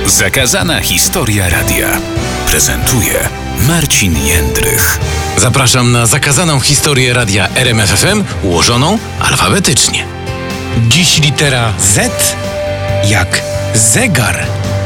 Zakazana historia radia prezentuje Marcin Jędrych. Zapraszam na zakazaną historię radia RMF FM ułożoną alfabetycznie. Dziś litera Z jak zegar.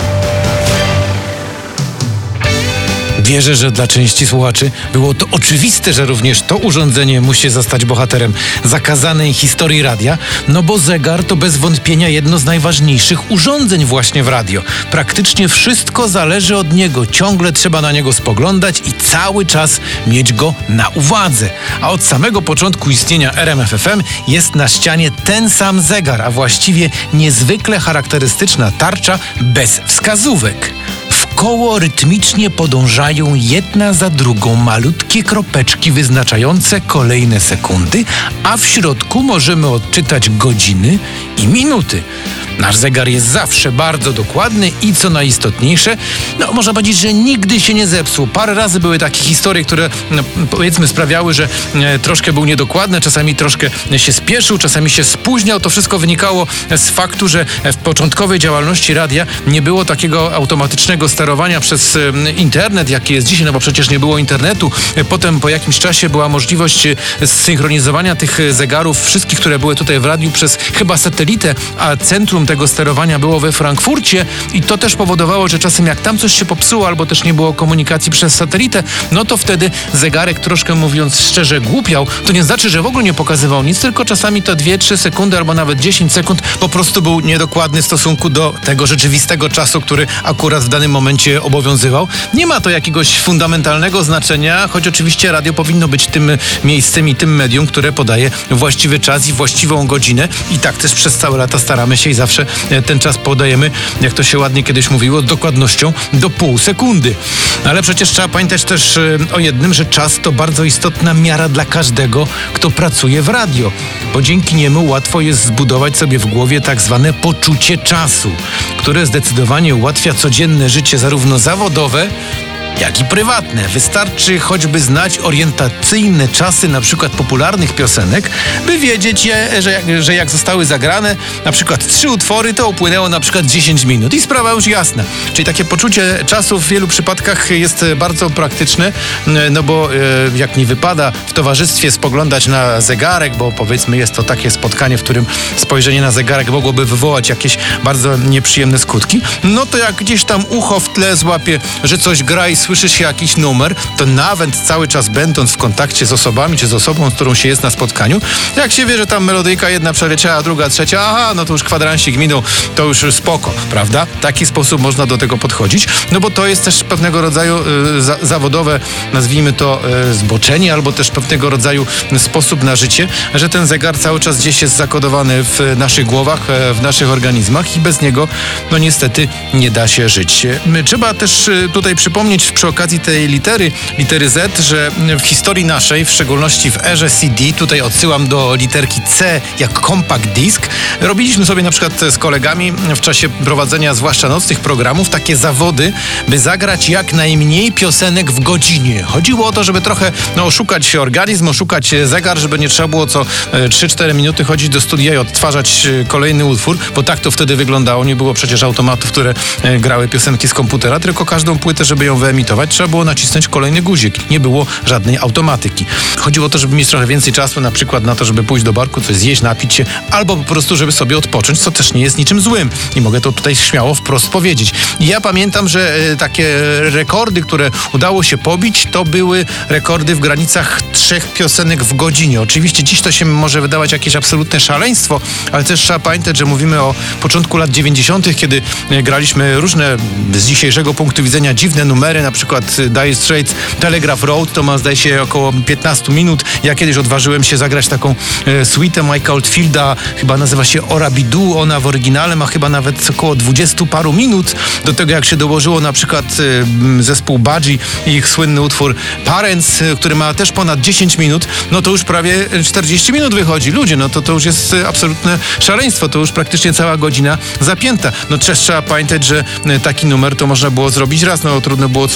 Wierzę, że dla części słuchaczy było to oczywiste, że również to urządzenie musi zostać bohaterem zakazanej historii radia, no bo zegar to bez wątpienia jedno z najważniejszych urządzeń właśnie w radio. Praktycznie wszystko zależy od niego, ciągle trzeba na niego spoglądać i cały czas mieć go na uwadze. A od samego początku istnienia RMF FM jest na ścianie ten sam zegar, a właściwie niezwykle charakterystyczna tarcza bez wskazówek. W koło rytmicznie podążają jedna za drugą malutkie kropeczki wyznaczające kolejne sekundy, a w środku możemy odczytać godziny i minuty. Nasz zegar jest zawsze bardzo dokładny i co najistotniejsze, można powiedzieć, że nigdy się nie zepsuł. Parę razy były takie historie, które powiedzmy sprawiały, że troszkę był niedokładny, czasami troszkę się spieszył, czasami się spóźniał. To wszystko wynikało z faktu, że w początkowej działalności radia nie było takiego automatycznego sterowania przez internet, jaki jest dzisiaj, no bo przecież nie było internetu. Potem po jakimś czasie była możliwość zsynchronizowania tych zegarów, wszystkich, które były tutaj w radiu, przez chyba satelitę, a centrum tego sterowania było we Frankfurcie i to też powodowało, że czasem jak tam coś się popsuło albo też nie było komunikacji przez satelitę, no to wtedy zegarek, troszkę mówiąc szczerze, głupiał. To nie znaczy, że w ogóle nie pokazywał nic, tylko czasami to 2-3 sekundy albo nawet 10 sekund po prostu był niedokładny w stosunku do tego rzeczywistego czasu, który akurat w danym momencie obowiązywał. Nie ma to jakiegoś fundamentalnego znaczenia, choć oczywiście radio powinno być tym miejscem i tym medium, które podaje właściwy czas i właściwą godzinę i tak też przez całe lata staramy się i zawsze ten czas podajemy, jak to się ładnie kiedyś mówiło, z dokładnością do pół sekundy. Ale przecież trzeba pamiętać też o jednym, że czas to bardzo istotna miara dla każdego, kto pracuje w radio, bo dzięki niemu łatwo jest zbudować sobie w głowie tak zwane poczucie czasu, które zdecydowanie ułatwia codzienne życie zarówno zawodowe, jak i prywatne. Wystarczy choćby znać orientacyjne czasy na przykład popularnych piosenek, by wiedzieć, że jak zostały zagrane na przykład 3 utwory, to upłynęło na przykład 10 minut i sprawa już jasna. Czyli takie poczucie czasu w wielu przypadkach jest bardzo praktyczne, no bo jak nie wypada w towarzystwie spoglądać na zegarek, bo powiedzmy jest to takie spotkanie, w którym spojrzenie na zegarek mogłoby wywołać jakieś bardzo nieprzyjemne skutki, no to jak gdzieś tam ucho w tle złapie, że coś gra i słyszy się jakiś numer, to nawet cały czas będąc w kontakcie z osobami, czy z osobą, z którą się jest na spotkaniu, jak się wie, że tam melodyjka jedna przeleciała, druga, trzecia, aha, no to już kwadransik minął, to już spoko, prawda? W taki sposób można do tego podchodzić, no bo to jest też pewnego rodzaju zawodowe, nazwijmy to zboczenie, albo też pewnego rodzaju sposób na życie, że ten zegar cały czas gdzieś jest zakodowany w naszych głowach, w naszych organizmach i bez niego, no niestety nie da się żyć. Trzeba też tutaj przypomnieć przy okazji tej litery Z, że w historii naszej, w szczególności w erze CD, tutaj odsyłam do literki C jak compact disc, robiliśmy sobie na przykład z kolegami w czasie prowadzenia zwłaszcza nocnych programów takie zawody, by zagrać jak najmniej piosenek w godzinie. Chodziło o to, żeby trochę oszukać organizm, oszukać zegar, żeby nie trzeba było co 3-4 minuty chodzić do studia i odtwarzać kolejny utwór, bo tak to wtedy wyglądało. Nie było przecież automatów, które grały piosenki z komputera, tylko każdą płytę, żeby ją wyemitować, trzeba było nacisnąć kolejny guzik. Nie było żadnej automatyki. Chodziło o to, żeby mieć trochę więcej czasu na przykład na to, żeby pójść do barku, coś zjeść, napić się, albo po prostu, żeby sobie odpocząć, co też nie jest niczym złym. I mogę to tutaj śmiało wprost powiedzieć. I ja pamiętam, że takie rekordy, które udało się pobić, to były rekordy w granicach 3 piosenek w godzinie. Oczywiście dziś to się może wydawać jakieś absolutne szaleństwo, ale też trzeba pamiętać, że mówimy o początku lat 90., kiedy graliśmy różne z dzisiejszego punktu widzenia dziwne numery, na przykład Dire Straits Telegraph Road, to ma zdaje się około 15 minut. Ja kiedyś odważyłem się zagrać taką suite Mike'a Oldfielda, chyba nazywa się Ora Bidu, ona w oryginale ma chyba nawet około 20 paru minut. Do tego jak się dołożyło na przykład zespół Budgie i ich słynny utwór Parents, który ma też ponad 10 minut, no to już prawie 40 minut wychodzi. Ludzie, no to już jest absolutne szaleństwo, to już praktycznie cała godzina zapięta. No też trzeba pamiętać, że taki numer to można było zrobić raz, no trudno było co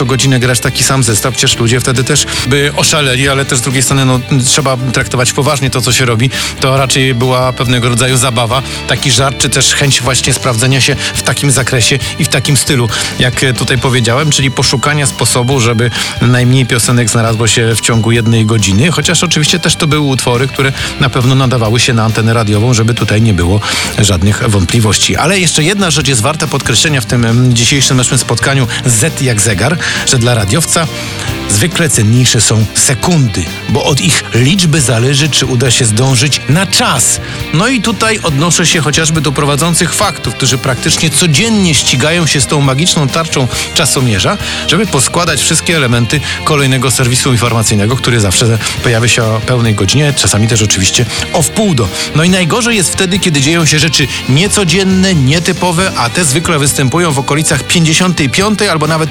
godzinę grać taki sam zestaw, przecież ludzie wtedy też by oszaleli, ale też z drugiej strony trzeba traktować poważnie to, co się robi. To raczej była pewnego rodzaju zabawa, taki żart, czy też chęć właśnie sprawdzenia się w takim zakresie i w takim stylu, jak tutaj powiedziałem, czyli poszukania sposobu, żeby najmniej piosenek znalazło się w ciągu 1 godziny, chociaż oczywiście też to były utwory, które na pewno nadawały się na antenę radiową, żeby tutaj nie było żadnych wątpliwości. Ale jeszcze jedna rzecz jest warta podkreślenia w tym dzisiejszym naszym spotkaniu Z jak zegar, że dla radiowca zwykle cenniejsze są sekundy, bo od ich liczby zależy, czy uda się zdążyć na czas. No i tutaj odnoszę się chociażby do prowadzących faktów, którzy praktycznie codziennie ścigają się z tą magiczną tarczą czasomierza, żeby poskładać wszystkie elementy kolejnego serwisu informacyjnego, który zawsze pojawia się o pełnej godzinie, czasami też oczywiście o wpół do. No i najgorzej jest wtedy, kiedy dzieją się rzeczy niecodzienne, nietypowe, a te zwykle występują w okolicach 55 albo nawet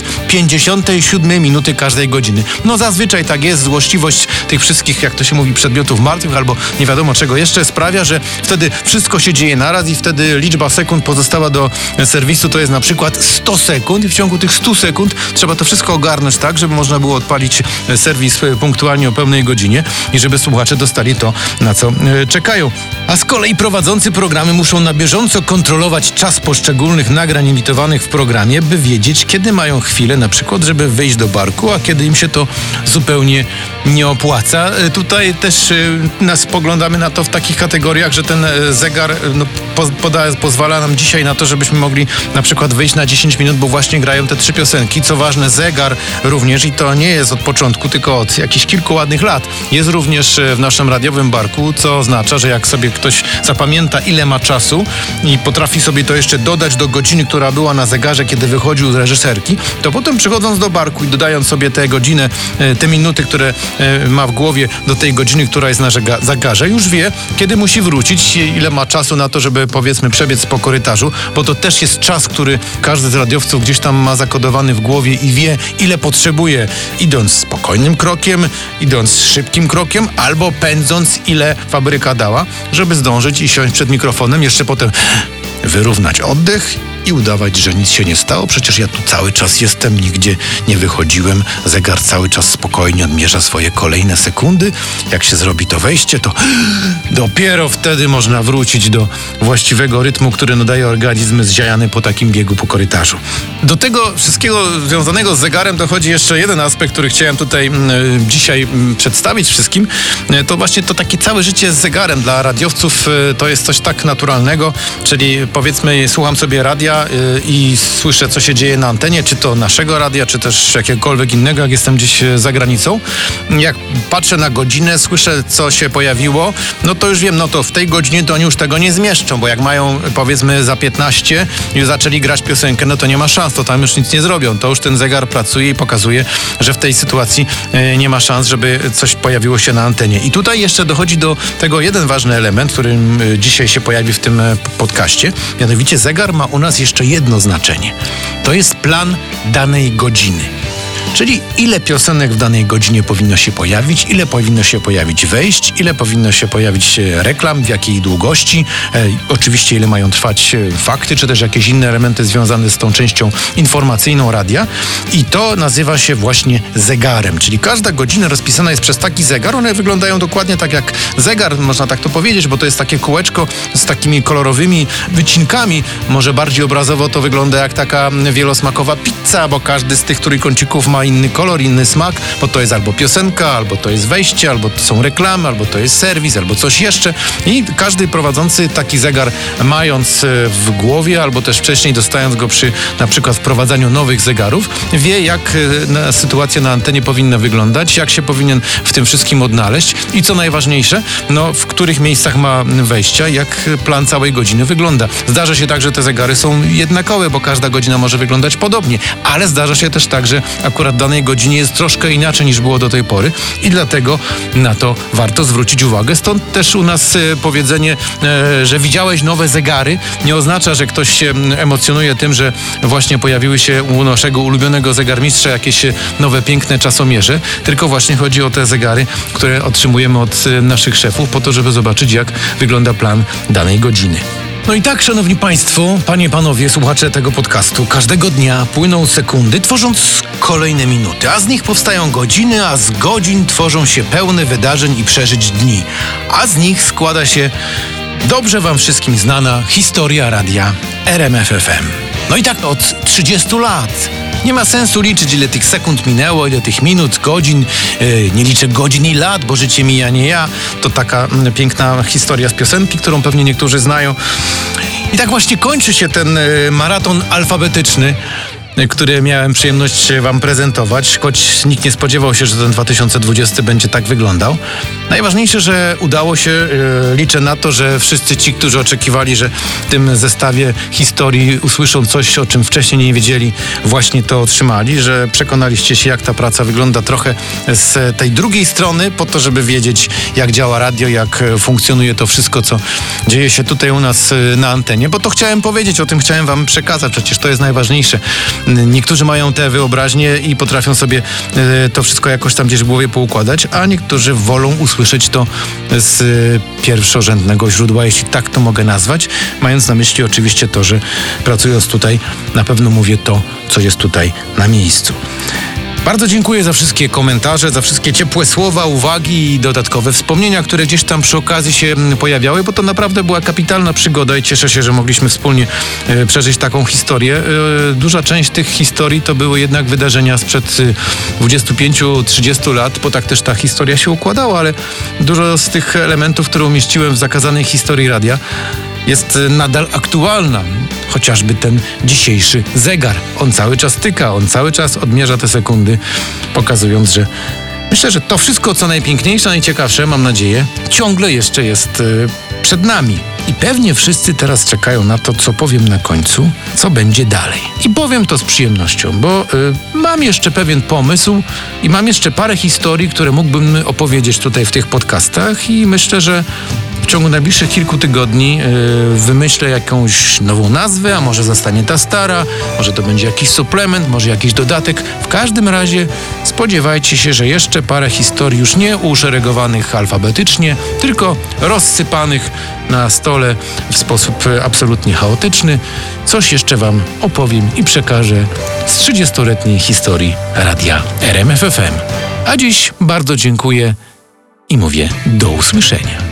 57 minuty każdej godziny. No zazwyczaj tak jest, złośliwość tych wszystkich, jak to się mówi, przedmiotów martwych albo nie wiadomo czego jeszcze sprawia, że wtedy wszystko się dzieje naraz i wtedy liczba sekund pozostała do serwisu to jest na przykład 100 sekund i w ciągu tych 100 sekund trzeba to wszystko ogarnąć tak, żeby można było odpalić serwis punktualnie o pełnej godzinie i żeby słuchacze dostali to, na co czekają. A z kolei prowadzący programy muszą na bieżąco kontrolować czas poszczególnych nagrań emitowanych w programie, by wiedzieć, kiedy mają chwilę na przykład, żeby wyjść do barku, a kiedy im się to zupełnie nie opłaca. Tutaj też spoglądamy na to w takich kategoriach, że ten zegar pozwala nam dzisiaj na to, żebyśmy mogli na przykład wyjść na 10 minut, bo właśnie grają te 3 piosenki. Co ważne, zegar również i to nie jest od początku, tylko od jakichś kilku ładnych lat. Jest również w naszym radiowym barku, co oznacza, że jak sobie ktoś zapamięta, ile ma czasu i potrafi sobie to jeszcze dodać do godziny, która była na zegarze, kiedy wychodził z reżyserki, to potem przychodząc do barku i dodając sobie tę godzinę, te minuty, które ma w głowie do tej godziny, która jest na zegarze, już wie, kiedy musi wrócić, ile ma czasu na to, żeby powiedzmy przebiec po korytarzu, bo to też jest czas, który każdy z radiowców gdzieś tam ma zakodowany w głowie i wie, ile potrzebuje, idąc spokojnym krokiem, idąc szybkim krokiem, albo pędząc, ile fabryka dała, żeby zdążyć i siąść przed mikrofonem, jeszcze potem wyrównać oddech i udawać, że nic się nie stało. Przecież ja tu cały czas jestem, nigdzie nie wychodziłem. Zegar cały czas spokojnie odmierza swoje kolejne sekundy. Jak się zrobi to wejście, to dopiero wtedy można wrócić do właściwego rytmu, który nadaje organizm zziajany po takim biegu po korytarzu. Do tego wszystkiego związanego z zegarem dochodzi jeszcze jeden aspekt, który chciałem tutaj dzisiaj przedstawić wszystkim. To właśnie to takie całe życie z zegarem dla radiowców to jest coś tak naturalnego, czyli powiedzmy słucham sobie radia i słyszę, co się dzieje na antenie, czy to naszego radia, czy też jakiegokolwiek innego, jak jestem gdzieś za granicą. Jak patrzę na godzinę, słyszę, co się pojawiło, no to już wiem, no to w tej godzinie to oni już tego nie zmieszczą, bo jak mają powiedzmy za 15 i zaczęli grać piosenkę, no to nie ma szans, to tam już nic nie zrobią. To już ten zegar pracuje i pokazuje, że w tej sytuacji nie ma szans, żeby coś pojawiło się na antenie. I tutaj jeszcze dochodzi do tego jeden ważny element, który dzisiaj się pojawi w tym podcaście. Mianowicie zegar ma u nas jeszcze jedno znaczenie. To jest plan danej godziny. Czyli ile piosenek w danej godzinie powinno się pojawić, ile powinno się pojawić wejść, ile powinno się pojawić reklam, w jakiej długości, oczywiście ile mają trwać fakty, czy też jakieś inne elementy związane z tą częścią informacyjną radia. I to nazywa się właśnie zegarem, czyli każda godzina rozpisana jest przez taki zegar. One wyglądają dokładnie tak jak zegar, można tak to powiedzieć, bo to jest takie kółeczko z takimi kolorowymi wycinkami. Może bardziej obrazowo to wygląda jak taka wielosmakowa pizza, bo każdy z tych trójkącików ma inny kolor, inny smak, bo to jest albo piosenka, albo to jest wejście, albo to są reklamy, albo to jest serwis, albo coś jeszcze. I każdy prowadzący taki zegar mając w głowie, albo też wcześniej dostając go przy na przykład wprowadzaniu nowych zegarów, wie jak sytuacja na antenie powinna wyglądać, jak się powinien w tym wszystkim odnaleźć i co najważniejsze, no w których miejscach ma wejścia, jak plan całej godziny wygląda. Zdarza się tak, że te zegary są jednakowe, bo każda godzina może wyglądać podobnie, ale zdarza się też tak, że akurat w danej godzinie jest troszkę inaczej niż było do tej pory i dlatego na to warto zwrócić uwagę. Stąd też u nas powiedzenie, że widziałeś nowe zegary, nie oznacza, że ktoś się emocjonuje tym, że właśnie pojawiły się u naszego ulubionego zegarmistrza jakieś nowe, piękne czasomierze, tylko właśnie chodzi o te zegary, które otrzymujemy od naszych szefów po to, żeby zobaczyć, jak wygląda plan danej godziny. No i tak, szanowni państwo, panie, panowie, słuchacze tego podcastu, każdego dnia płyną sekundy, tworząc kolejne minuty, a z nich powstają godziny, a z godzin tworzą się pełne wydarzeń i przeżyć dni, a z nich składa się dobrze wam wszystkim znana historia radia RMF FM. No i tak od 30 lat. Nie ma sensu liczyć, ile tych sekund minęło, ile tych minut, godzin. Nie liczę godzin i lat, bo życie mija, nie ja. To taka piękna historia z piosenki, którą pewnie niektórzy znają. I tak właśnie kończy się ten maraton alfabetyczny, który miałem przyjemność wam prezentować, choć nikt nie spodziewał się, że ten 2020 będzie tak wyglądał. Najważniejsze, że udało się. Liczę na to, że wszyscy ci, którzy oczekiwali, że w tym zestawie historii usłyszą coś, o czym wcześniej nie wiedzieli, właśnie to otrzymali, że przekonaliście się, jak ta praca wygląda trochę z tej drugiej strony, po to, żeby wiedzieć, jak działa radio, jak funkcjonuje to wszystko, co dzieje się tutaj u nas na antenie, bo to chciałem powiedzieć, o tym chciałem wam przekazać, przecież to jest najważniejsze. Niektórzy mają te wyobraźnie i potrafią sobie to wszystko jakoś tam gdzieś w głowie poukładać, a niektórzy wolą usłyszeć to z pierwszorzędnego źródła, jeśli tak to mogę nazwać, mając na myśli oczywiście to, że pracując tutaj na pewno mówię to, co jest tutaj na miejscu. Bardzo dziękuję za wszystkie komentarze, za wszystkie ciepłe słowa, uwagi i dodatkowe wspomnienia, które gdzieś tam przy okazji się pojawiały, bo to naprawdę była kapitalna przygoda i cieszę się, że mogliśmy wspólnie przeżyć taką historię. Duża część tych historii to były jednak wydarzenia sprzed 25-30 lat, bo tak też ta historia się układała, ale dużo z tych elementów, które umieściłem w zakazanej historii radia, jest nadal aktualna. Chociażby ten dzisiejszy zegar. On cały czas tyka, on cały czas odmierza te sekundy, pokazując, że myślę, że to wszystko, co najpiękniejsze, najciekawsze, mam nadzieję, ciągle jeszcze jest przed nami. I pewnie wszyscy teraz czekają na to, co powiem na końcu, co będzie dalej. I powiem to z przyjemnością, bo mam jeszcze pewien pomysł i mam jeszcze parę historii, które mógłbym opowiedzieć tutaj w tych podcastach i myślę, że w ciągu najbliższych kilku tygodni wymyślę jakąś nową nazwę, a może zostanie ta stara, może to będzie jakiś suplement, może jakiś dodatek. W każdym razie spodziewajcie się, że jeszcze parę historii już nie uszeregowanych alfabetycznie, tylko rozsypanych na stole w sposób absolutnie chaotyczny. Coś jeszcze wam opowiem i przekażę z 30-letniej historii radia RMF FM. A dziś bardzo dziękuję i mówię do usłyszenia.